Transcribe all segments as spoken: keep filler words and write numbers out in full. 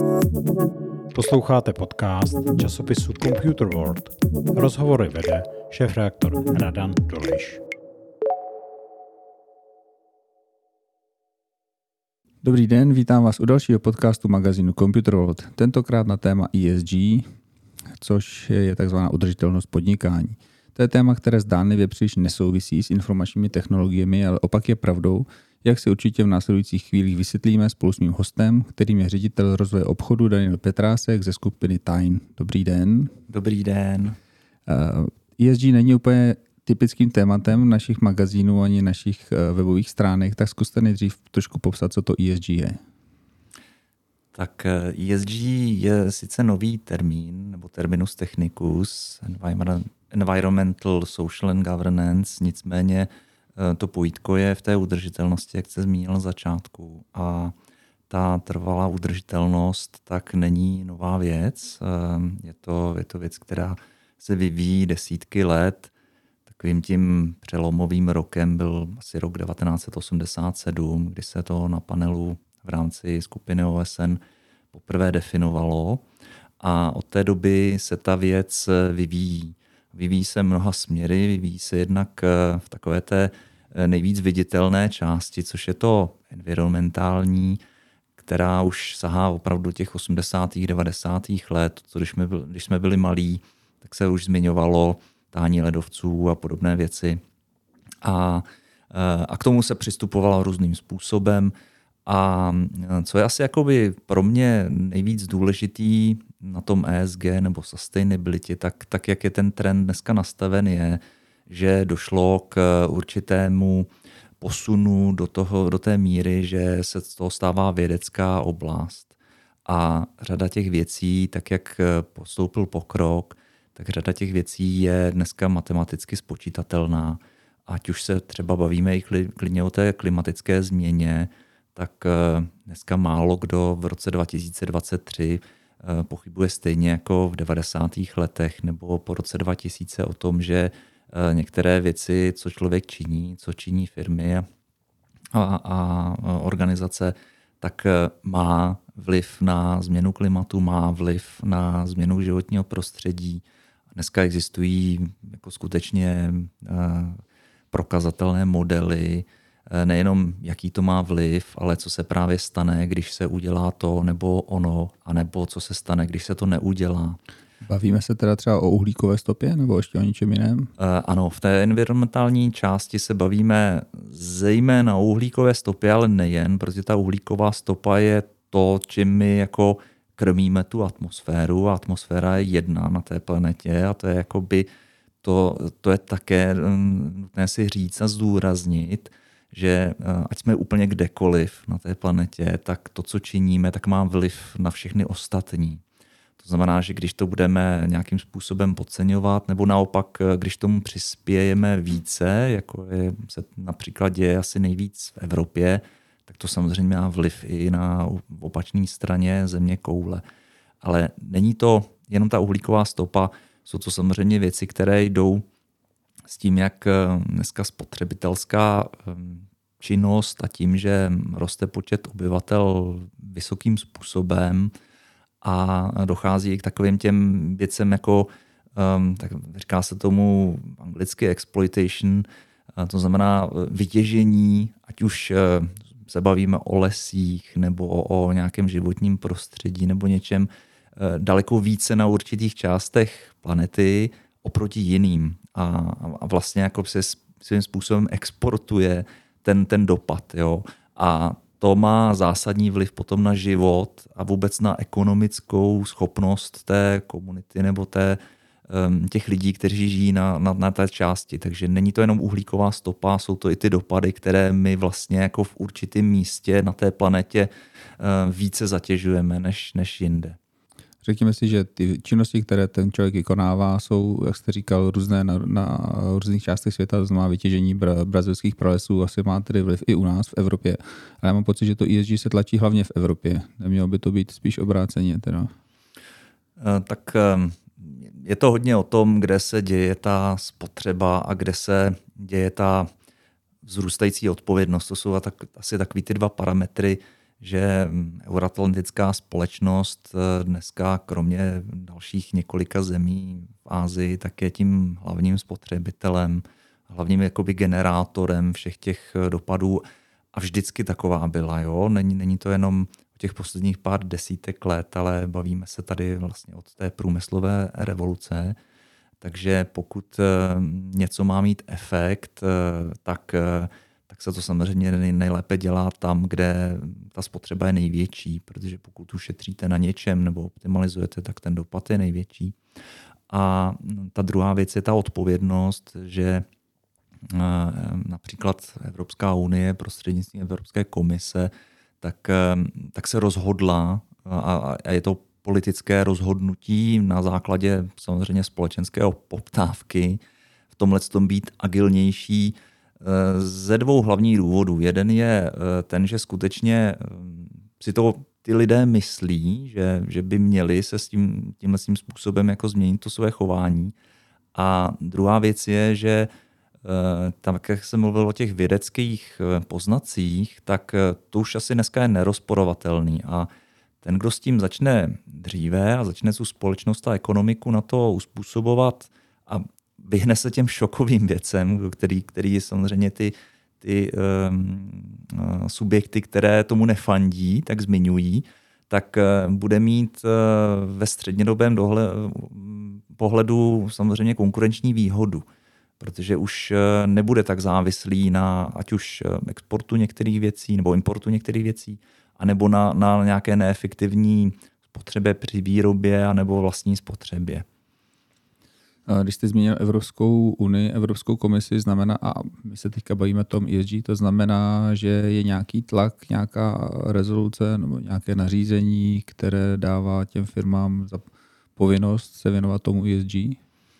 Posloucháte podcast časopisu Computer World. Rozhovory vede šéfredaktor Radan Dolejš. Dobrý den, vítám vás u dalšího podcastu magazínu Computer World. Tentokrát na téma E S G, což je takzvaná udržitelnost podnikání. To je téma, které zdánlivě příliš nesouvisí s informačními technologiemi, ale opak je pravdou, jak si určitě v následujících chvílích vysvětlíme spolu s mým hostem, kterým je ředitel rozvoje obchodu Daniel Petrásek ze skupiny Tyne. Dobrý den. Dobrý den. E S G není úplně typickým tématem našich magazínů ani našich webových stránek, tak zkuste nejdřív trošku popsat, co to E S G je. Tak E S G je sice nový termín, nebo terminus technicus, environmental, social and governance, nicméně to pojítko je v té udržitelnosti, jak jste zmínil na začátku. A ta trvalá udržitelnost tak není nová věc. Je to, je to věc, která se vyvíjí desítky let. Takovým tím přelomovým rokem byl asi rok devatenáct set osmdesát sedm, kdy se to na panelu v rámci skupiny O S N poprvé definovalo. A od té doby se ta věc vyvíjí. Vyvíjí se mnoha směry, vyvíjí se jednak v takové té nejvíc viditelné části, což je to environmentální, která už sahá opravdu těch osmdesátých devadesátých let. Co když, jsme byli, když jsme byli malí, tak se už zmiňovalo tání ledovců a podobné věci. A, a k tomu se přistupovalo různým způsobem. A co je asi jakoby pro mě nejvíc důležitý na tom E S G nebo sustainability, tak, tak jak je ten trend dneska nastaven, je, že došlo k určitému posunu do, toho, do té míry, že se z toho stává vědecká oblast. A řada těch věcí, tak jak postoupil pokrok, tak řada těch věcí je dneska matematicky spočítatelná. Ať už se třeba bavíme i klidně o té klimatické změně, tak dneska málo kdo v roce dva tisíce dvacet tři pochybuje stejně jako v devadesátých letech nebo po roce dva tisíce o tom, že některé věci, co člověk činí, co činí firmy a, a organizace, tak má vliv na změnu klimatu, má vliv na změnu životního prostředí. Dneska existují jako skutečně prokazatelné modely, nejenom jaký to má vliv, ale co se právě stane, když se udělá to nebo ono, anebo co se stane, když se to neudělá. Bavíme se teda třeba o uhlíkové stopě nebo ještě o ničem jiném? Uh, ano, v té environmentální části se bavíme zejména o uhlíkové stopě, ale nejen, protože ta uhlíková stopa je to, čím my jako krmíme tu atmosféru. A atmosféra je jedna na té planetě a to je jakoby to, to je také nutné si říct a zdůraznit, že ať jsme úplně kdekoliv na té planetě, tak to, co činíme, tak má vliv na všechny ostatní. To znamená, že když to budeme nějakým způsobem podceňovat, nebo naopak, když tomu přispějeme více, jako je, se například děje asi nejvíc v Evropě, tak to samozřejmě má vliv i na opačné straně země koule. Ale není to jenom ta uhlíková stopa, jsou to samozřejmě věci, které jdou s tím, jak dneska spotřebitelská činnost a tím, že roste počet obyvatel vysokým způsobem a dochází k takovým těm věcem jako, tak říká se tomu anglicky exploitation, to znamená vytěžení, ať už se bavíme o lesích nebo o nějakém životním prostředí nebo něčem daleko více na určitých částech planety oproti jiným. A, a vlastně jako se svým způsobem exportuje ten, ten dopad. Jo? A to má zásadní vliv potom na život a vůbec na ekonomickou schopnost té komunity nebo té, těch lidí, kteří žijí na, na, na té části. Takže není to jenom uhlíková stopa, jsou to i ty dopady, které my vlastně jako v určitém místě na té planetě více zatěžujeme než, než jinde. Řekněme si, že ty činnosti, které ten člověk vykonává, jsou, jak jste říkal, různé na, na různých částech světa, to znamená vytěžení bra, brazilských pralesů, asi má tedy vliv i u nás v Evropě. Ale já mám pocit, že to E S G se tlačí hlavně v Evropě. Nemělo by to být spíš obráceně teda? Tak je to hodně o tom, kde se děje ta spotřeba a kde se děje ta vzrůstající odpovědnost. To jsou tak, asi takový ty dva parametry, že euroatlantická společnost dneska kromě dalších několika zemí v Asii tak je tím hlavním spotřebitelem, hlavním jakoby generátorem všech těch dopadů a vždycky taková byla. Jo? Není, není to jenom o těch posledních pár desítek let, ale bavíme se tady vlastně od té průmyslové revoluce. Takže pokud něco má mít efekt, tak, tak se to samozřejmě nejlépe dělá tam, kde ta spotřeba je největší, protože pokud ušetříte na něčem nebo optimalizujete, tak ten dopad je největší. A ta druhá věc je ta odpovědnost, že například Evropská unie prostřednictvím Evropské komise tak, tak se rozhodla a, a je to politické rozhodnutí na základě samozřejmě společenského poptávky v tomhle tom být agilnější ze dvou hlavních důvodů. Jeden je ten, že skutečně si to ty lidé myslí, že, že by měli se s tím, tímhle tím způsobem jako změnit to své chování. A druhá věc je, že tam, jak jsem mluvil o těch vědeckých poznacích, tak to už asi dneska je nerozporovatelný. A ten, kdo s tím začne dříve a začne tu společnost a ekonomiku na to uspůsobovat a vyhne se těm šokovým věcem, který, který samozřejmě ty, ty um, subjekty, které tomu nefandí, tak zmiňují, tak uh, bude mít uh, ve střednědobém dohle, pohledu samozřejmě konkurenční výhodu, protože už uh, nebude tak závislý na ať už exportu některých věcí nebo importu některých věcí, anebo na, na nějaké neefektivní spotřebě při výrobě anebo vlastní spotřebě. Když jste zmínil Evropskou unii, Evropskou komisi, znamená, a my se teďka bavíme o tom E S G, to znamená, že je nějaký tlak, nějaká rezoluce nebo nějaké nařízení, které dává těm firmám za povinnost se věnovat tomu E S G?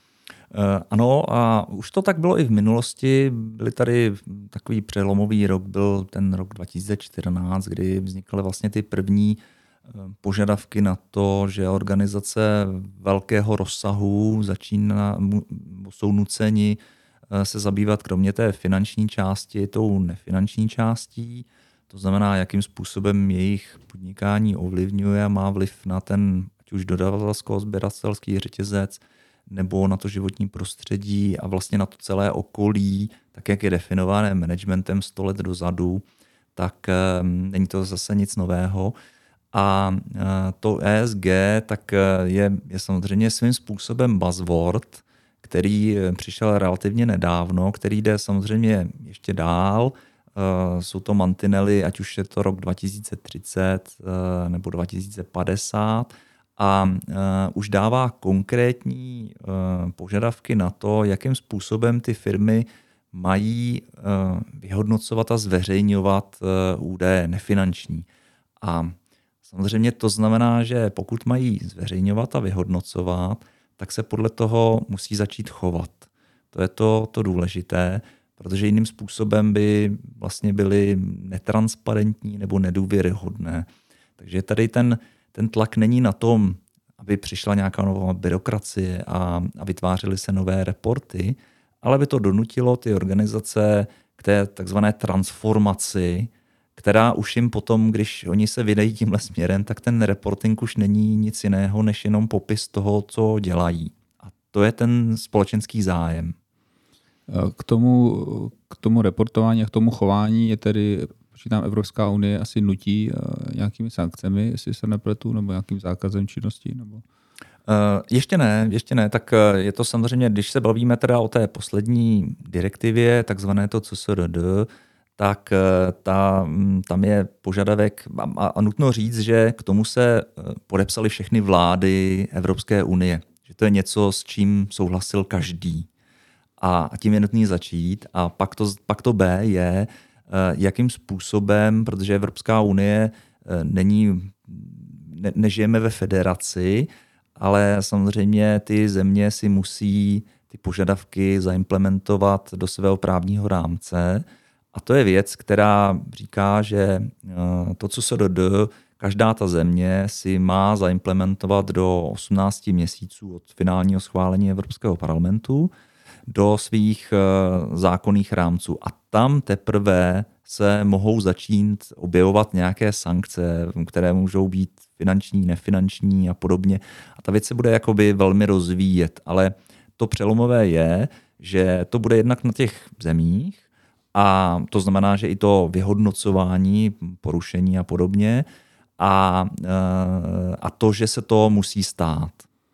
Ano, a už to tak bylo i v minulosti. Byly tady takový přelomový rok, byl ten rok dva tisíce čtrnáct, kdy vznikly vlastně ty první požadavky na to, že organizace velkého rozsahu začíná, jsou nuceni se zabývat kromě té finanční části, tou nefinanční částí. To znamená, jakým způsobem jejich podnikání ovlivňuje a má vliv na ten, ať už dodavatelsko-sběratelský řetězec, nebo na to životní prostředí a vlastně na to celé okolí, tak jak je definované managementem sto let dozadu, tak není to zase nic nového. A to E S G tak je, je samozřejmě svým způsobem buzzword, který přišel relativně nedávno, který jde samozřejmě ještě dál. Jsou to mantinely, ať už je to rok dva tisíce třicet nebo dva tisíce padesát, a už dává konkrétní požadavky na to, jakým způsobem ty firmy mají vyhodnocovat a zveřejňovat údaje nefinanční. A samozřejmě to znamená, že pokud mají zveřejňovat a vyhodnocovat, tak se podle toho musí začít chovat. To je to, to důležité, protože jiným způsobem by vlastně byly netransparentní nebo nedůvěryhodné. Takže tady ten, ten tlak není na tom, aby přišla nějaká nová byrokracie a, a vytvářely se nové reporty, ale by to donutilo ty organizace k té takzvané transformaci, která už jim potom, když oni se vydají tímhle směrem, tak ten reporting už není nic jiného, než jenom popis toho, co dělají. A to je ten společenský zájem. K tomu, k tomu reportování a k tomu chování je tedy, počítám, Evropská unie asi nutí nějakými sankcemi, jestli se nepletu, nebo nějakým zákazem činnosti? Nebo... Uh, ještě ne, ještě ne. Tak je to samozřejmě, když se bavíme teda o té poslední direktivě, takzvané to C S R D, tak ta, tam je požadavek a, a nutno říct, že k tomu se podepsali všechny vlády Evropské unie. Že to je něco, s čím souhlasil každý. A tím je nutný začít. A pak to, pak to B je, jakým způsobem, protože Evropská unie není, ne, nežijeme ve federaci, ale samozřejmě ty země si musí ty požadavky zaimplementovat do svého právního rámce. A to je věc, která říká, že to, co se do každá ta země si má zaimplementovat do osmnácti měsíců od finálního schválení Evropského parlamentu do svých zákonných rámců. A tam teprve se mohou začít objevovat nějaké sankce, které můžou být finanční, nefinanční a podobně. A ta věc se bude jakoby velmi rozvíjet, ale to přelomové je, že to bude jednak na těch zemích, a to znamená, že i to vyhodnocování, porušení a podobně, a, a to, že se to musí stát.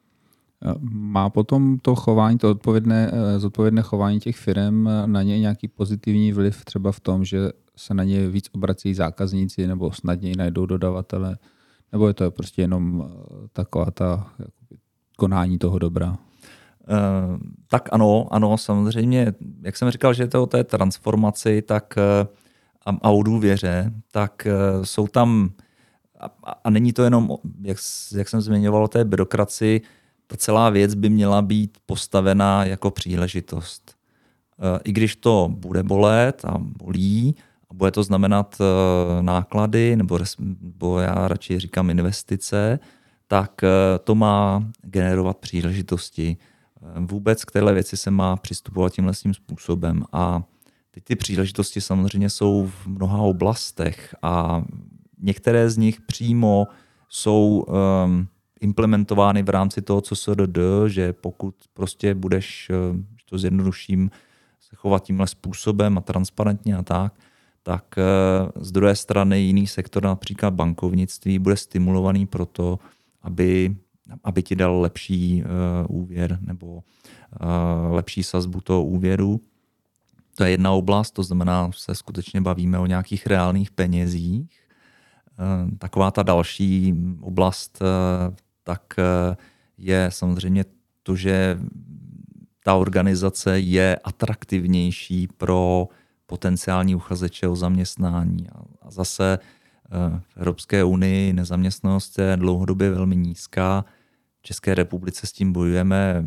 Má potom to chování, to odpovědné, zodpovědné chování těch firm na ně nějaký pozitivní vliv třeba v tom, že se na ně víc obrací zákazníci nebo snadněji najdou dodavatele? Nebo je to prostě jenom taková ta konání toho dobra? Uh, tak ano, ano, samozřejmě, jak jsem říkal, že to o té transformaci tak, a, a o důvěře, tak uh, jsou tam, a, a není to jenom, jak, jak jsem zmiňoval o té byrokracii, ta celá věc by měla být postavená jako příležitost. Uh, I když to bude bolet a bolí, a bude to znamenat uh, náklady, nebo, nebo já radši říkám investice, tak uh, to má generovat příležitosti. Vůbec k téhle věci se má přistupovat tímhle tím způsobem. A teď ty příležitosti samozřejmě jsou v mnoha oblastech a některé z nich přímo jsou um, implementovány v rámci toho, co se jde, že pokud prostě budeš, že to zjednoduším, se chovat tímhle způsobem a transparentně a tak, tak uh, z druhé strany jiný sektor, například bankovnictví, bude stimulovaný pro to, aby aby ti dal lepší uh, úvěr nebo uh, lepší sazbu toho úvěru. To je jedna oblast, to znamená, se skutečně bavíme o nějakých reálných penězích. Uh, taková ta další oblast uh, tak uh, je samozřejmě to, že ta organizace je atraktivnější pro potenciální uchazeče o zaměstnání. A zase v Evropské unii nezaměstnanost je dlouhodobě velmi nízká. V České republice s tím bojujeme.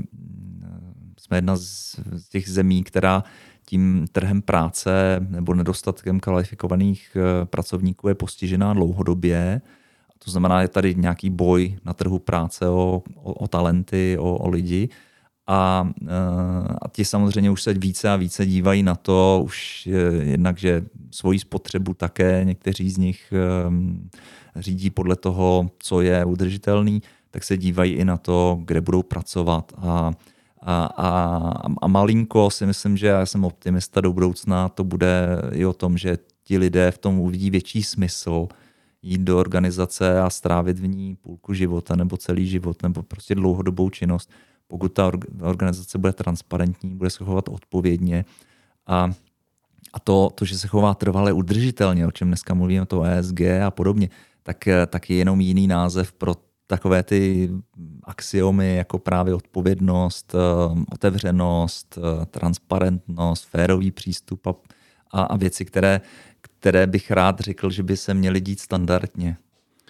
Jsme jedna z těch zemí, která tím trhem práce nebo nedostatkem kvalifikovaných pracovníků je postižená dlouhodobě. To znamená, je tady nějaký boj na trhu práce o, o, o talenty, o, o lidi. A, a ti samozřejmě už se více a více dívají na to, už jednak, že svoji spotřebu také někteří z nich um, řídí podle toho, co je udržitelný, tak se dívají i na to, kde budou pracovat. A, a, a, a malinko si myslím, že já jsem optimista do budoucna, to bude i o tom, že ti lidé v tom uvidí větší smysl jít do organizace a strávit v ní půlku života nebo celý život nebo prostě dlouhodobou činnost, pokud ta organizace bude transparentní, bude se chovat odpovědně a, a to, to, že se chová trvale udržitelně, o čem dneska mluvíme, to E S G a podobně, tak, tak je jenom jiný název pro takové ty axiomy jako právě odpovědnost, otevřenost, transparentnost, férový přístup a, a, a věci, které, které bych rád řekl, že by se měly dít standardně.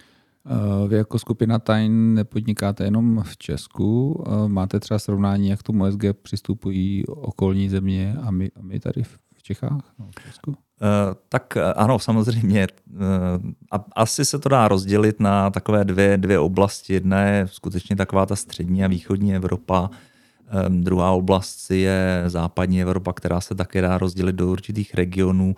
Vy jako skupina Tajn nepodnikáte jenom v Česku. Máte třeba srovnání, jak k tomu E S G přistupují okolní země a my, a my tady v Čechách, no, v Česku? Uh, tak ano, samozřejmě. Uh, a asi se to dá rozdělit na takové dvě, dvě oblasti. Jedna je skutečně taková ta střední a východní Evropa. Um, druhá oblast je západní Evropa, která se také dá rozdělit do určitých regionů.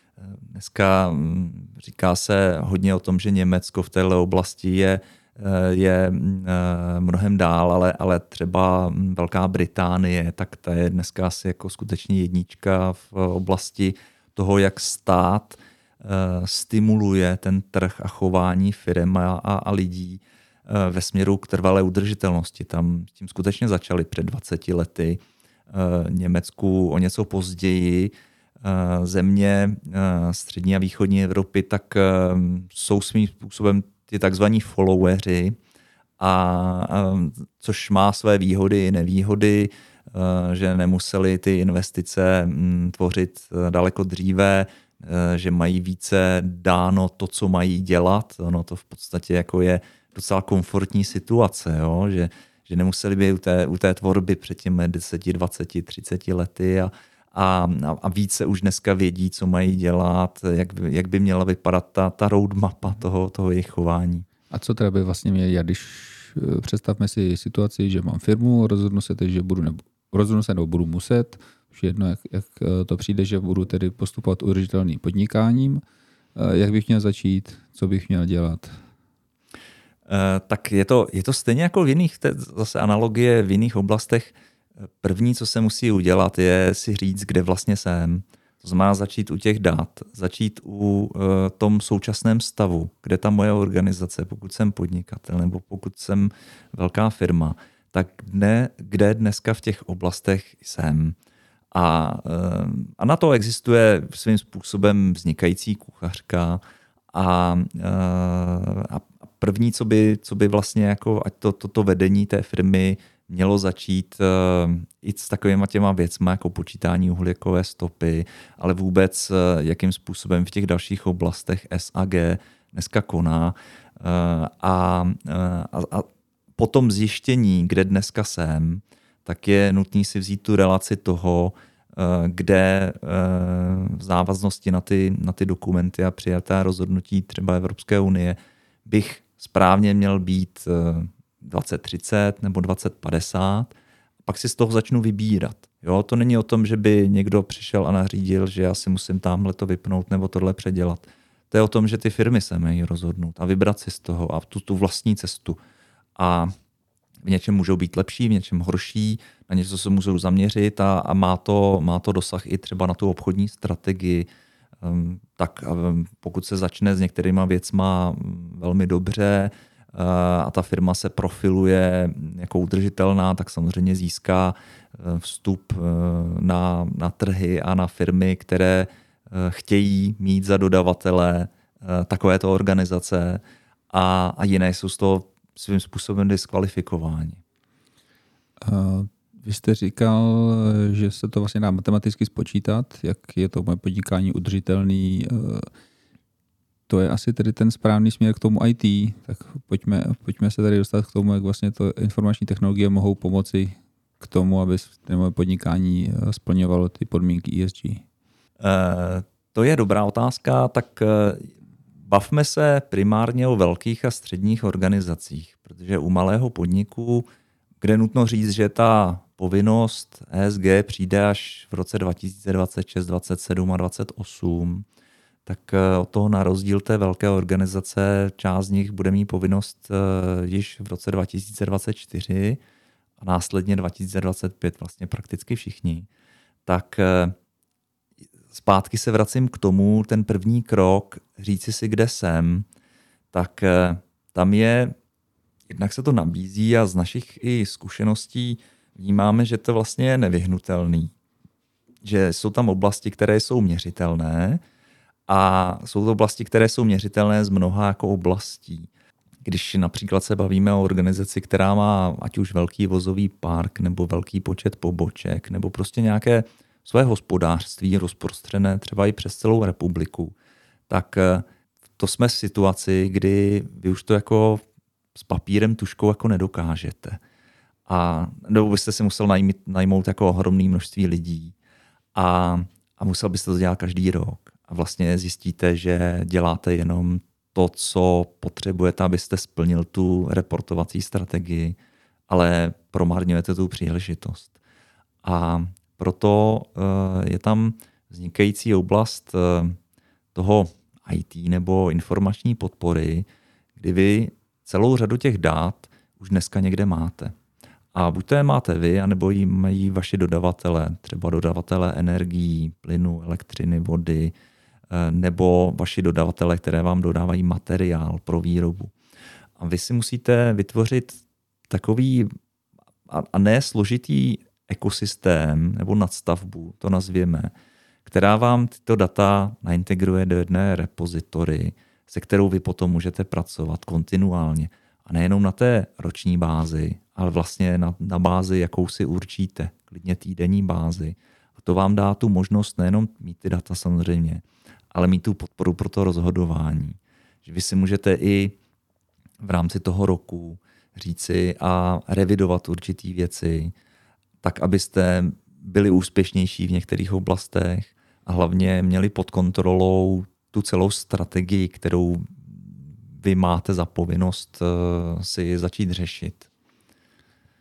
Dneska říká se hodně o tom, že Německo v této oblasti je, je mnohem dál, ale, ale třeba Velká Británie, tak ta je dneska asi jako skutečně jednička v oblasti toho, jak stát stimuluje ten trh a chování firem a, a, a lidí ve směru k trvalé udržitelnosti. Tam tím skutečně začali před dvaceti lety. Německu o něco později. Země střední a východní Evropy, tak jsou svým způsobem ty takzvaní followeri, a, což má své výhody i nevýhody, že nemuseli ty investice tvořit daleko dříve, že mají více dáno to, co mají dělat. Ono to v podstatě jako je docela komfortní situace, jo? Že, že nemuseli být u té, u té tvorby před těmi deseti, dvaceti, třiceti lety a A, a více už dneska vědí, co mají dělat, jak, jak by měla vypadat ta, ta roadmapa toho, toho jejich chování. A co teda by vlastně měli, já když představme si situaci, že mám firmu, rozhodnu se teď, že budu, nebo, rozhodnu se, nebo budu muset, už jedno, jak, jak to přijde, že budu tedy postupovat udržitelným podnikáním. Jak bych měl začít, co bych měl dělat? Tak je to, je to stejně jako v jiných, zase analogie v jiných oblastech. První, co se musí udělat, je si říct, kde vlastně jsem. To znamená začít u těch dat, začít u uh, tom současném stavu, kde ta moje organizace, pokud jsem podnikatel nebo pokud jsem velká firma, tak ne, kde dneska v těch oblastech jsem. A, uh, a na to existuje svým způsobem vznikající kuchařka a, uh, a první, co by, co by vlastně jako, ať to, toto vedení té firmy mělo začít uh, i s takovýma těma věcma, jako počítání uhlíkové stopy, ale vůbec uh, jakým způsobem v těch dalších oblastech S A G dneska koná. Uh, a, uh, a, a po tom zjištění, kde dneska jsem, tak je nutný si vzít tu relaci toho, uh, kde uh, v závaznosti na ty, na ty dokumenty a přijaté rozhodnutí třeba Evropské unie bych správně měl být uh, dvacet třicet nebo dvacet padesát, pak si z toho začnu vybírat. Jo, to není o tom, že by někdo přišel a nařídil, že já si musím tamhle to vypnout nebo tohle předělat. To je o tom, že ty firmy se mají rozhodnout a vybrat si z toho a tu, tu vlastní cestu. A v něčem můžou být lepší, v něčem horší, na něco se můžou zaměřit a, a má, to, má to dosah i třeba na tu obchodní strategii. Um, tak um, pokud se začne s některýma věcma velmi dobře, a ta firma se profiluje jako udržitelná, tak samozřejmě získá vstup na, na trhy a na firmy, které chtějí mít za dodavatele takovéto organizace a, a jiné jsou z toho svým způsobem diskvalifikováni. Vy jste říkal, že se to vlastně dá matematicky spočítat, jak je to moje podnikání udržitelný. To je asi tedy ten správný směr k tomu I T, tak pojďme, pojďme se tady dostat k tomu, jak vlastně to informační technologie mohou pomoci k tomu, aby moje podnikání splňovalo ty podmínky E S G. Uh, to je dobrá otázka, tak uh, bavme se primárně o velkých a středních organizacích, protože u malého podniku, kde nutno říct, že ta povinnost E S G přijde až v roce dva tisíce dvacet šest, dvacet sedm a dvacet osm, tak od toho na rozdíl té velké organizace část z nich bude mít povinnost již v roce dva tisíce dvacet čtyři a následně dva tisíce dvacet pět vlastně prakticky všichni. Tak zpátky se vracím k tomu, ten první krok, říci si, kde jsem, tak tam je, jednak se to nabízí a z našich i zkušeností vnímáme, že to vlastně je nevyhnutelný. Že jsou tam oblasti, které jsou měřitelné, a jsou to oblasti, které jsou měřitelné z mnoha jako oblastí. Když například se bavíme o organizaci, která má ať už velký vozový park, nebo velký počet poboček, nebo prostě nějaké své hospodářství rozprostřené třeba i přes celou republiku, tak to jsme v situaci, kdy vy už to jako s papírem, tužkou jako nedokážete. A nebo byste si musel najmít, najmout jako ohromné množství lidí a, a musel byste to dělat každý rok. A vlastně zjistíte, že děláte jenom to, co potřebujete, abyste splnil tu reportovací strategii, ale promarňujete tu příležitost. A proto je tam vznikající oblast toho I T nebo informační podpory, kdy vy celou řadu těch dat už dneska někde máte. A buď to je máte vy, anebo ji mají vaši dodavatele, třeba dodavatele energií, plynu, elektřiny, vody, nebo vaši dodavatele, které vám dodávají materiál pro výrobu. A vy si musíte vytvořit takový a ne složitý ekosystém nebo nadstavbu, to nazvěme, která vám tyto data naintegruje do jedné repozitory, se kterou vy potom můžete pracovat kontinuálně. A nejenom na té roční bázi, ale vlastně na, na bázi, jakou si určíte, klidně týdenní bázi. A to vám dá tu možnost nejenom mít ty data samozřejmě, ale mít tu podporu pro to rozhodování. Že vy si můžete i v rámci toho roku říci a revidovat určitý věci, tak abyste byli úspěšnější v některých oblastech a hlavně měli pod kontrolou tu celou strategii, kterou vy máte za povinnost si začít řešit.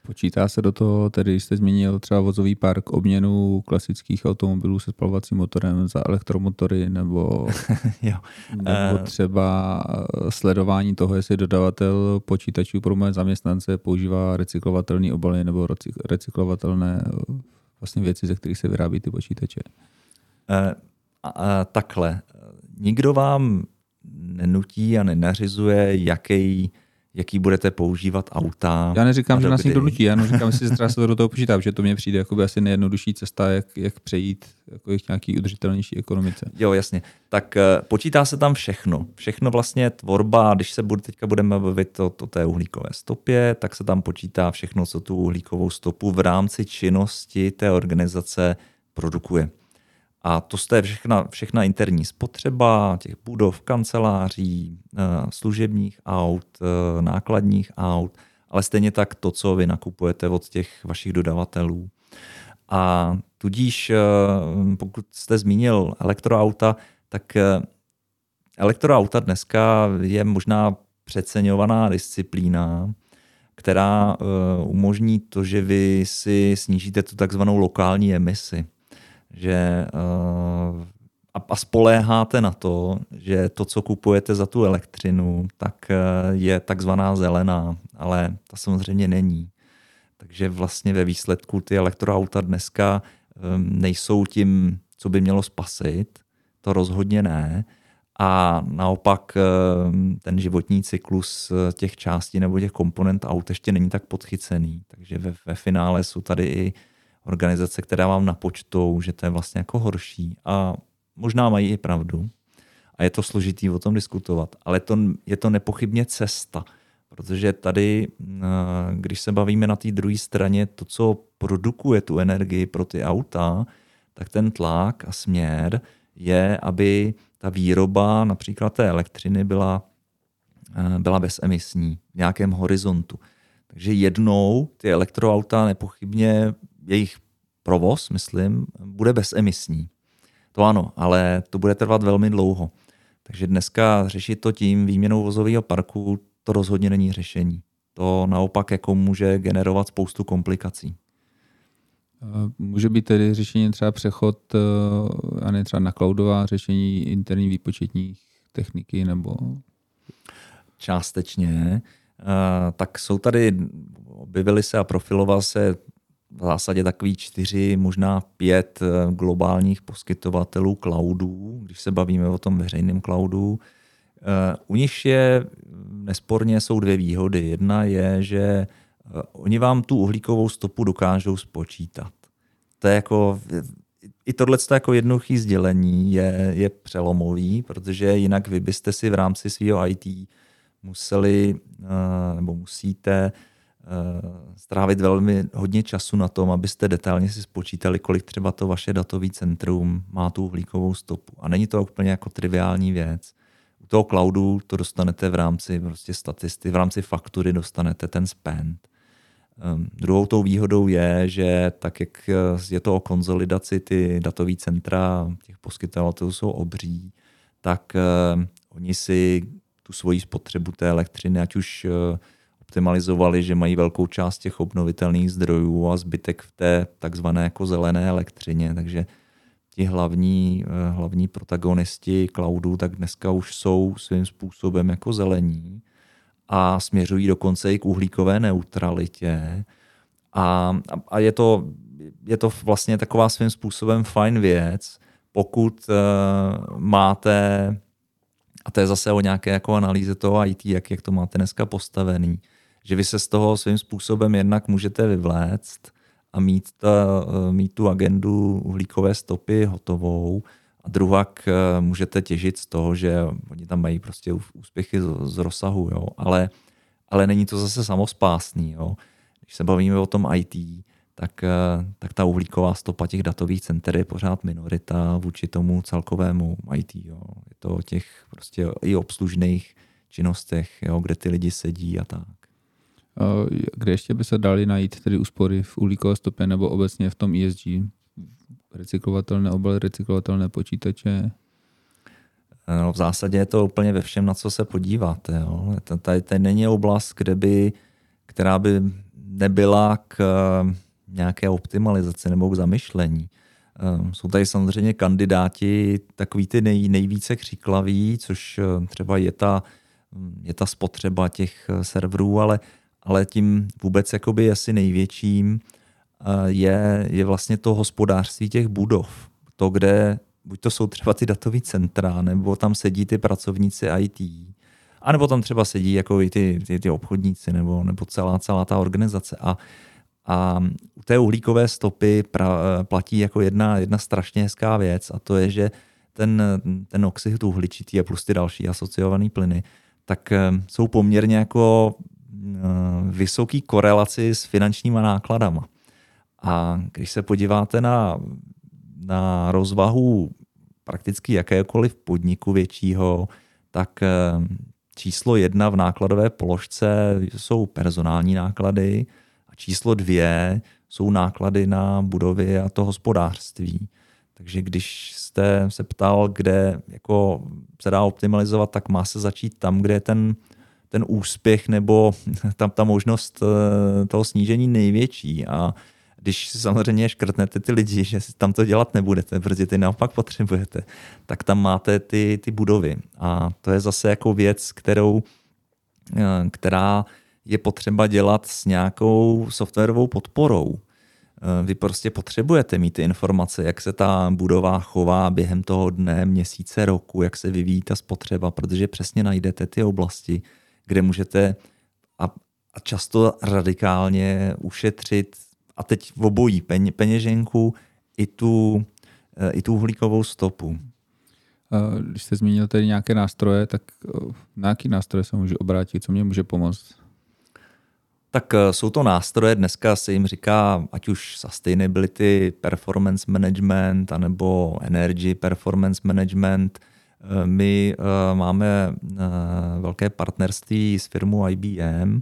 Počítá se do toho, tedy když jste zmínil třeba vozový park, obměnu klasických automobilů se spalovacím motorem za elektromotory, nebo, jo. nebo třeba sledování toho, jestli dodavatel počítačů pro moje zaměstnance používá recyklovatelné obaly nebo recyklovatelné vlastně věci, ze kterých se vyrábí ty počítače. E, a, a, takhle. Nikdo vám nenutí a nenařizuje, jaký jaký budete používat auta. Já neříkám, že nás někdo nutí, já jenom říkám, jestli se třeba se do toho počítám, že to mně přijde jako by asi nejjednodušší cesta, jak, jak přejít jako k nějaký udržitelnější ekonomice. Jo, jasně. Tak počítá se tam všechno. Všechno vlastně tvorba, když se bude, teďka budeme bavit o, o té uhlíkové stopě, tak se tam počítá všechno, co tu uhlíkovou stopu v rámci činnosti té organizace produkuje. A to je všechna, všechna interní spotřeba těch budov, kanceláří, služebních aut, nákladních aut, ale stejně tak to, co vy nakupujete od těch vašich dodavatelů. A tudíž, pokud jste zmínil elektroauta, tak elektroauta dneska je možná přeceňovaná disciplína, která umožní to, že vy si snížíte tu takzvanou lokální emisi. Že, a spoléháte na to, že to, co kupujete za tu elektřinu, tak je takzvaná zelená, ale ta samozřejmě není. Takže vlastně ve výsledku ty elektroauta dneska nejsou tím, co by mělo spasit, to rozhodně ne. A naopak ten životní cyklus těch částí nebo těch komponent aut ještě není tak podchycený. Takže ve, ve finále jsou tady i organizace, která vám napočtou, že to je vlastně jako horší. A možná mají i pravdu. A je to složitý o tom diskutovat. Ale to, je to nepochybně cesta. Protože tady, když se bavíme na té druhé straně, to, co produkuje tu energii pro ty auta, tak ten tlak a směr je, aby ta výroba například té elektřiny byla, byla bezemisní v nějakém horizontu. Takže jednou ty elektroauta nepochybně jejich provoz, myslím, bude bezemisní. To ano, ale to bude trvat velmi dlouho. Takže dneska řešit to tím výměnou vozového parku, to rozhodně není řešení. To naopak jako může generovat spoustu komplikací. Může být tedy řešení třeba přechod, a ne třeba na cloudová řešení interní výpočetní techniky nebo? Částečně. Tak jsou tady, objevily se a profiloval se v zásadě takový čtyři, možná pět globálních poskytovatelů cloudů, když se bavíme o tom veřejném cloudu. U nich je nesporně jsou dvě výhody. Jedna je, že oni vám tu uhlíkovou stopu dokážou spočítat. To je jako, i tohle jako jednoduché sdělení je, je přelomový, protože jinak vy byste si v rámci svého í té museli nebo musíte strávit velmi hodně času na tom, abyste detailně si spočítali, kolik třeba to vaše datové centrum má tu uhlíkovou stopu. A není to úplně jako triviální věc. U toho cloudu to dostanete v rámci prostě statisty, v rámci faktury dostanete ten spend. Um, druhou tou výhodou je, že tak, jak je to o konsolidaci, ty datové centra těch poskytovatelů jsou obří, tak uh, oni si tu svoji spotřebu té elektřiny, ať už uh, optimalizovali, že mají velkou část těch obnovitelných zdrojů a zbytek v té takzvané jako zelené elektřině, takže ti hlavní, hlavní protagonisti cloudu tak dneska už jsou svým způsobem jako zelení a směřují dokonce i k uhlíkové neutralitě. A, a je, to, je to vlastně taková svým způsobem fajn věc, pokud uh, máte, a to je zase o nějaké jako analýze toho í té, jak, jak to máte dneska postavený, že vy se z toho svým způsobem jednak můžete vyvléct a mít, ta, mít tu agendu uhlíkové stopy hotovou a druhak můžete těžit z toho, že oni tam mají prostě úspěchy z, z rozsahu, jo? Ale, ale není to zase samospásný. Jo? Když se bavíme o tom í té, tak, tak ta uhlíková stopa těch datových center je pořád minorita vůči tomu celkovému í té. Jo? Je to o těch prostě i obslužných činnostech, jo? Kde ty lidi sedí a tak. Kde ještě by se dali najít tedy úspory v uhlíkové stopě nebo obecně v tom í es gé? Recyklovatelné obaly, recyklovatelné počítače? No, v zásadě je to úplně ve všem, na co se podíváte. Jo. Tady, tady není oblast, kde by, která by nebyla k nějaké optimalizaci nebo k zamyšlení. Jsou tady samozřejmě kandidáti takový ty nej, nejvíce křiklaví, což třeba je ta, je ta spotřeba těch serverů, ale, ale tím vůbec jakoby asi největším je, je vlastně to hospodářství těch budov. To, kde buď to jsou třeba ty datové centra, nebo tam sedí ty pracovníci í té, anebo tam třeba sedí jako i ty, ty, ty obchodníci, nebo, nebo celá, celá ta organizace. A A u té uhlíkové stopy pra, platí jako jedna, jedna strašně hezká věc, a to je, že ten, ten oxid uhličitý a plus ty další asociované plyny, tak jsou poměrně jako vysoký korelaci s finančníma nákladama. A když se podíváte na, na rozvahu prakticky jakékoliv podniku většího, tak číslo jedna v nákladové položce jsou personální náklady, číslo dvě jsou náklady na budovy a to hospodářství. Takže když jste se ptal, kde jako se dá optimalizovat, tak má se začít tam, kde je ten, ten úspěch nebo tam ta možnost toho snížení největší. A když samozřejmě škrtnete ty lidi, že si tam to dělat nebudete, protože ty naopak potřebujete, tak tam máte ty, ty budovy. A to je zase jako věc, kterou, která je potřeba dělat s nějakou softwarovou podporou. Vy prostě potřebujete mít ty informace, jak se ta budova chová během toho dne, měsíce, roku, jak se vyvíjí ta spotřeba, protože přesně najdete ty oblasti, kde můžete a, a často radikálně ušetřit, a teď v obojí peněženku i tu, i tu uhlíkovou stopu. Když jste zmínil tady nějaké nástroje, tak na jaký nástroje se může obrátit, co mě může pomoct? Tak jsou to nástroje, dneska se jim říká, ať už sustainability, performance management, anebo energy performance management. My máme velké partnerství s firmou I B M,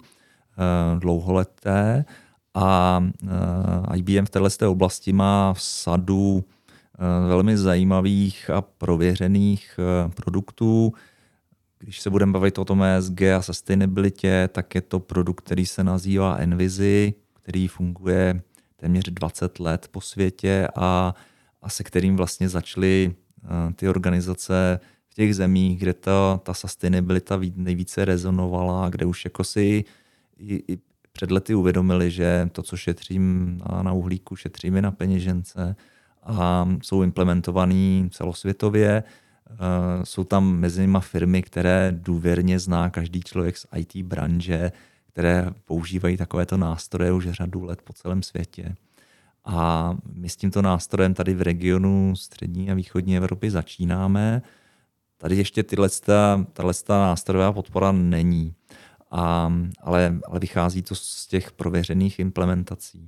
dlouholeté, a I B M v této oblasti má sadu velmi zajímavých a prověřených produktů. Když se budeme bavit o tom E S G a sustainabilitě, tak je to produkt, který se nazývá Envizi, který funguje téměř dvacet let po světě a, a se kterým vlastně začaly ty organizace v těch zemích, kde ta, ta sustainabilita nejvíce rezonovala, kde už jako si i, i před lety uvědomili, že to, co šetřím na, na uhlíku, šetřím i na peněžence, a jsou implementovaný celosvětově. Jsou tam mezi nimi firmy, které důvěrně zná každý člověk z í té branže, které používají takovéto nástroje už řadu let po celém světě. A my s tímto nástrojem tady v regionu střední a východní Evropy začínáme. Tady ještě tyhle, tato nástrojová podpora není, a, ale, ale vychází to z těch prověřených implementací.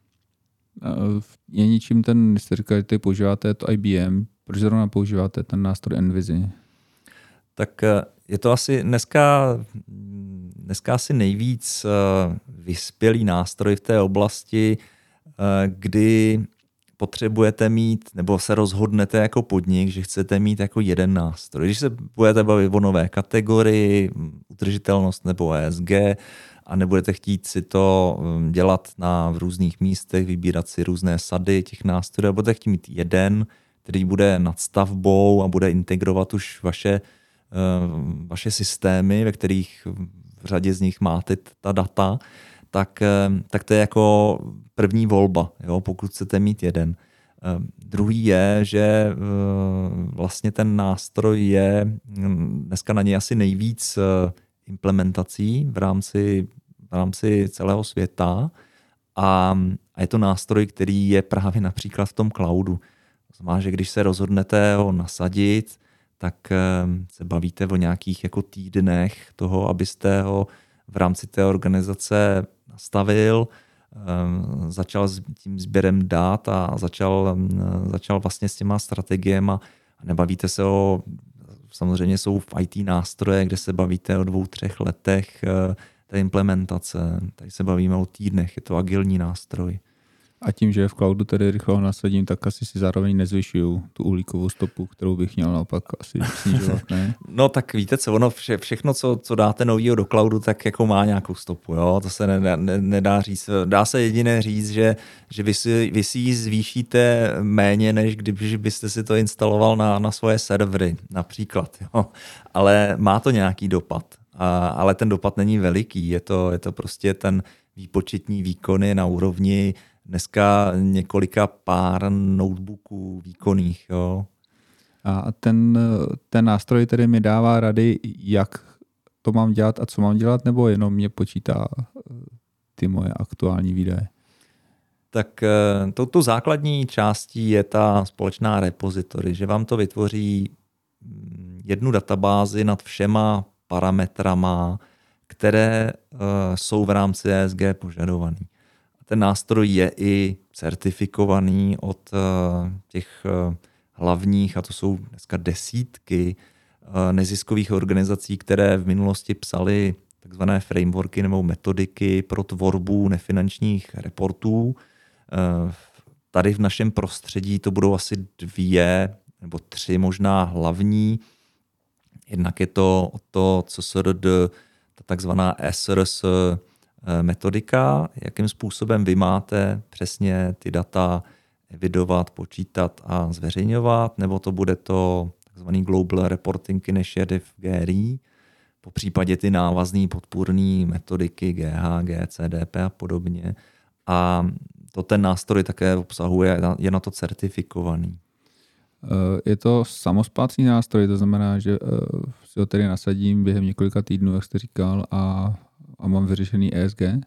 Je ničím ten, když jste říkali, že používáte to I B M, proč zrovna používáte ten nástroj Envizi? Tak je to asi dneska, dneska asi nejvíc vyspělý nástroj v té oblasti, kdy potřebujete mít, nebo se rozhodnete jako podnik, že chcete mít jako jeden nástroj. Když se budete bavit o nové kategorii, udržitelnost nebo E S G, a nebudete chtít si to dělat na v různých místech, vybírat si různé sady těch nástrojů, budete chtít mít jeden, který bude nad stavbou a bude integrovat už vaše, vaše systémy, ve kterých v řadě z nich máte ta data, tak, tak to je jako první volba, jo, pokud chcete mít jeden. Druhý je, že vlastně ten nástroj je dneska na něj asi nejvíc implementací v rámci, v rámci celého světa, a, a je to nástroj, který je právě například v tom cloudu. To znamená, že když se rozhodnete ho nasadit, tak se bavíte o nějakých jako týdnech toho, abyste ho v rámci té organizace nastavil, začal s tím sběrem dat a začal, začal vlastně s těma strategiemi, a nebavíte se o, samozřejmě jsou v í té nástroje, kde se bavíte o dvou, třech letech té implementace. Tady se bavíme o týdnech, je to agilní nástroj. A tím, že v cloudu tedy rychle nasadím, tak asi si zároveň nezvyšuju tu uhlíkovou stopu, kterou bych měl naopak asi snižovat, ne? No tak víte co, ono vše, všechno, co, co dáte novýho do cloudu, tak jako má nějakou stopu, jo? To se nedá, ne, nedá říct. Dá se jediné říct, že, že vy, si, vy si ji zvýšíte méně, než když byste si to instaloval na, na svoje servery, například, jo? Ale má to nějaký dopad. A, ale ten dopad není veliký, je to, je to prostě ten výpočetní výkony na úrovni dneska několika pár notebooků výkonných. Jo. A ten, ten nástroj tedy mi dává rady, jak to mám dělat a co mám dělat, nebo jenom mě počítá ty moje aktuální výdaje? Tak touto základní částí je ta společná repository, že vám to vytvoří jednu databázi nad všema parametrama, které uh, jsou v rámci E S G požadovaný. Ten nástroj je i certifikovaný od uh, těch uh, hlavních, a to jsou dneska desítky uh, neziskových organizací, které v minulosti psaly takzvané frameworky nebo metodiky pro tvorbu nefinančních reportů. Uh, tady v našem prostředí to budou asi dvě nebo tři možná hlavní. Jednak je to to, co se jde ta takzvaná S R S metodika, jakým způsobem vy máte přesně ty data evidovat, počítat a zveřejňovat, nebo to bude to takzvaný Global Reporting Initiative G R I, po případě ty návazné podpůrné metodiky G H, G C D P a podobně. A to ten nástroj také obsahuje, je na to certifikovaný. Je to samosplácný nástroj, to znamená, že si ho tedy nasadím během několika týdnů, jak jste říkal, a, a mám vyřešený E S G?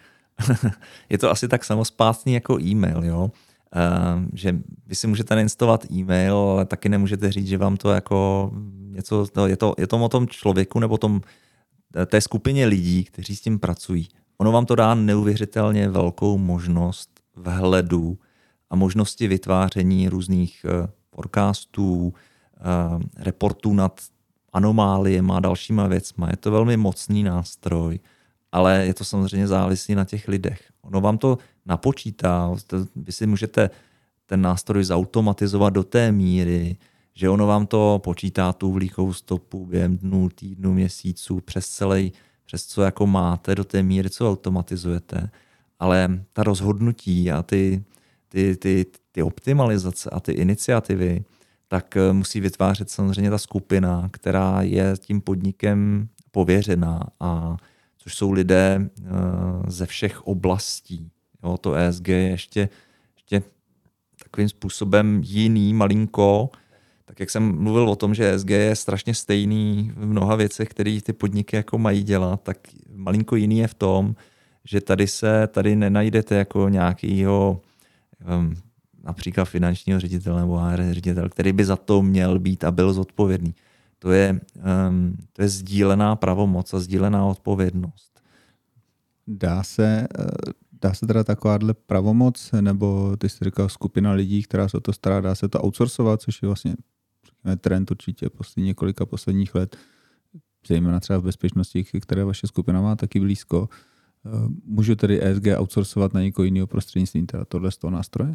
Je to asi tak samosplácný jako e-mail, jo? Uh, že vy si můžete nainstalovat e-mail, ale taky nemůžete říct, že vám to jako něco, no je to, je to o tom člověku nebo tom, té skupině lidí, kteří s tím pracují. Ono vám to dá neuvěřitelně velkou možnost vhledu a možnosti vytváření různých forecastů, reportů nad anomáliemi a dalšíma věcma. Je to velmi mocný nástroj, ale je to samozřejmě závislý na těch lidech. Ono vám to napočítá, vy si můžete ten nástroj zautomatizovat do té míry, že ono vám to počítá tu uhlíkovou stopu během dnů, týdnů, měsíců, přes celý, přes co jako máte, do té míry, co automatizujete. Ale ta rozhodnutí a ty, ty, ty, ty optimalizace a ty iniciativy, tak musí vytvářet samozřejmě ta skupina, která je tím podnikem pověřená, a což jsou lidé ze všech oblastí. Jo, to E S G je ještě, ještě takovým způsobem jiný, malinko. Tak jak jsem mluvil o tom, že E S G je strašně stejný v mnoha věcech, které ty podniky jako mají dělat, tak malinko jiný je v tom, že tady se tady nenajdete jako nějakýho um, například finančního ředitele nebo H R ředitel, který by za to měl být a byl zodpovědný. To je, um, to je sdílená pravomoc a sdílená odpovědnost. Dá se, dá se teda takováhle pravomoc, nebo ty jsi říkal skupina lidí, která se o to stará, dá se to outsourcovat, což je vlastně řekněme, trend určitě poslední několika posledních let, zejména třeba v bezpečnosti, které vaše skupina má taky blízko. Můžu tedy E S G outsourcovat na někoho jiného prostřednictvím teda tohle z toho nástroje?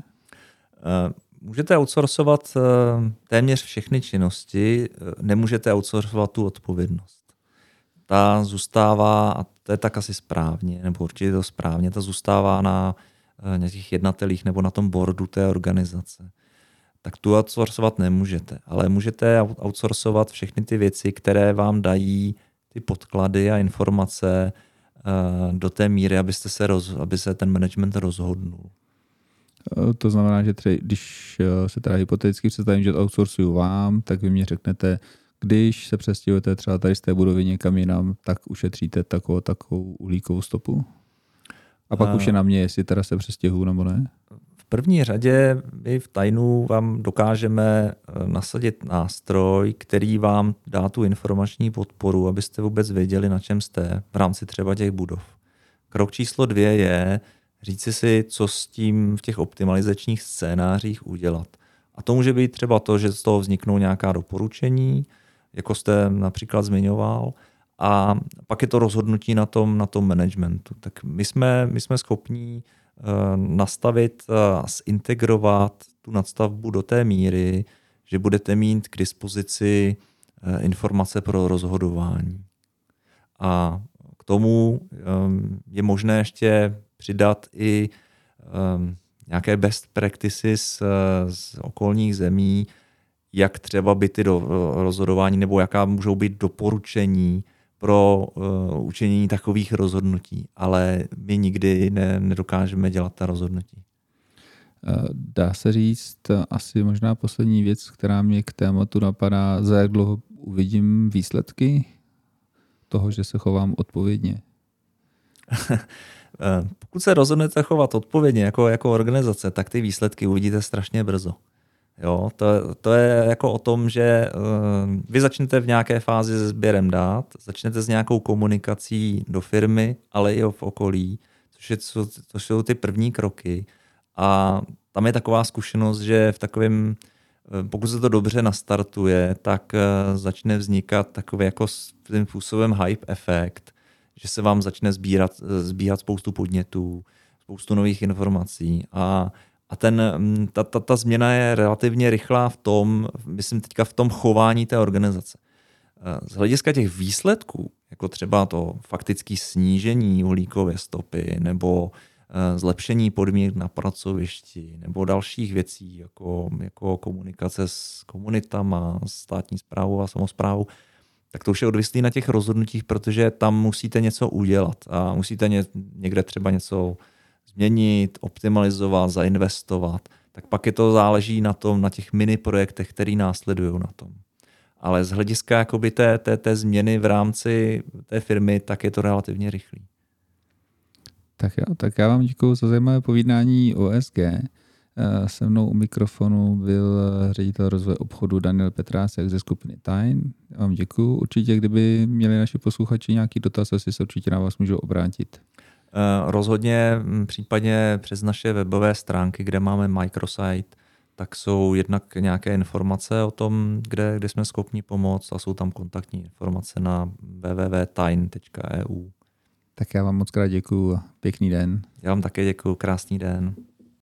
Můžete outsourcovat téměř všechny činnosti, nemůžete outsourcovat tu odpovědnost. Ta zůstává, a to je tak asi správně, nebo určitě to správně, ta zůstává na nějakých jednatelích nebo na tom boardu té organizace. Tak tu outsourcovat nemůžete, ale můžete outsourcovat všechny ty věci, které vám dají ty podklady a informace do té míry, abyste se roz, aby se ten management rozhodnul. To znamená, že tři, když se teda hypoteticky představím, že outsourcuju vám, tak vy mě řeknete, když se přestěhujete třeba tady z té budovy někam jinam, tak ušetříte takovou, takovou uhlíkovou stopu? A pak a... už je na mě, jestli teda se přestěhuju nebo ne? V první řadě my v Tajnu vám dokážeme nasadit nástroj, který vám dá tu informační podporu, abyste vůbec věděli, na čem jste v rámci třeba těch budov. Krok číslo dvě je říci si, co s tím v těch optimalizačních scénářích udělat. A to může být třeba to, že z toho vzniknou nějaká doporučení, jako jste například zmiňoval, a pak je to rozhodnutí na tom, na tom managementu. Tak my jsme, my jsme schopní nastavit a zintegrovat tu nadstavbu do té míry, že budete mít k dispozici informace pro rozhodování. A k tomu je možné ještě přidat i nějaké best practices z okolních zemí, jak třeba by ty do rozhodování nebo jaká můžou být doporučení pro uh, učinění takových rozhodnutí, ale my nikdy ne, nedokážeme dělat ta rozhodnutí. Dá se říct asi možná poslední věc, která mě k tématu napadá, za jak dlouho uvidím výsledky toho, že se chovám odpovědně? Pokud se rozhodnete chovat odpovědně jako, jako organizace, tak ty výsledky uvidíte strašně brzo. Jo, to, to je jako o tom, že uh, vy začnete v nějaké fázi se sběrem dát, začnete s nějakou komunikací do firmy, ale i v okolí, což, je, co, to jsou ty první kroky. A tam je taková zkušenost, že v takovém, pokud se to dobře nastartuje, tak uh, začne vznikat takový jako tím způsobem hype efekt, že se vám začne sbírat, sbíhat spoustu podnětů, spoustu nových informací a A ten, ta, ta, ta změna je relativně rychlá v tom, myslím teďka v tom chování té organizace. Z hlediska těch výsledků, jako třeba to faktické snížení uhlíkové stopy nebo zlepšení podmínek na pracovišti nebo dalších věcí, jako, jako komunikace s komunitama, státní správou a samosprávou, tak to už je odvislý na těch rozhodnutích, protože tam musíte něco udělat a musíte ně, někde třeba něco změnit, optimalizovat, zainvestovat, tak pak je to záleží na tom, na těch mini projektech, které následují na tom. Ale z hlediska jakoby té, té, té změny v rámci té firmy, tak je to relativně rychlý. Tak jo, tak já vám děkuji za zajímavé povídání o E S G. Se mnou u mikrofonu byl ředitel rozvoje obchodu Daniel Petrásek ze skupiny Time. Já vám děkuji. Určitě, kdyby měli naši posluchači nějaký dotaz, asi se určitě na vás můžou obrátit. Rozhodně případně přes naše webové stránky, kde máme microsite, tak jsou jednak nějaké informace o tom, kde, kde jsme schopni pomoct a jsou tam kontaktní informace na w w w tečka time tečka e u. Tak já vám moc krát děkuju a pěkný den. Já vám také děkuju, krásný den.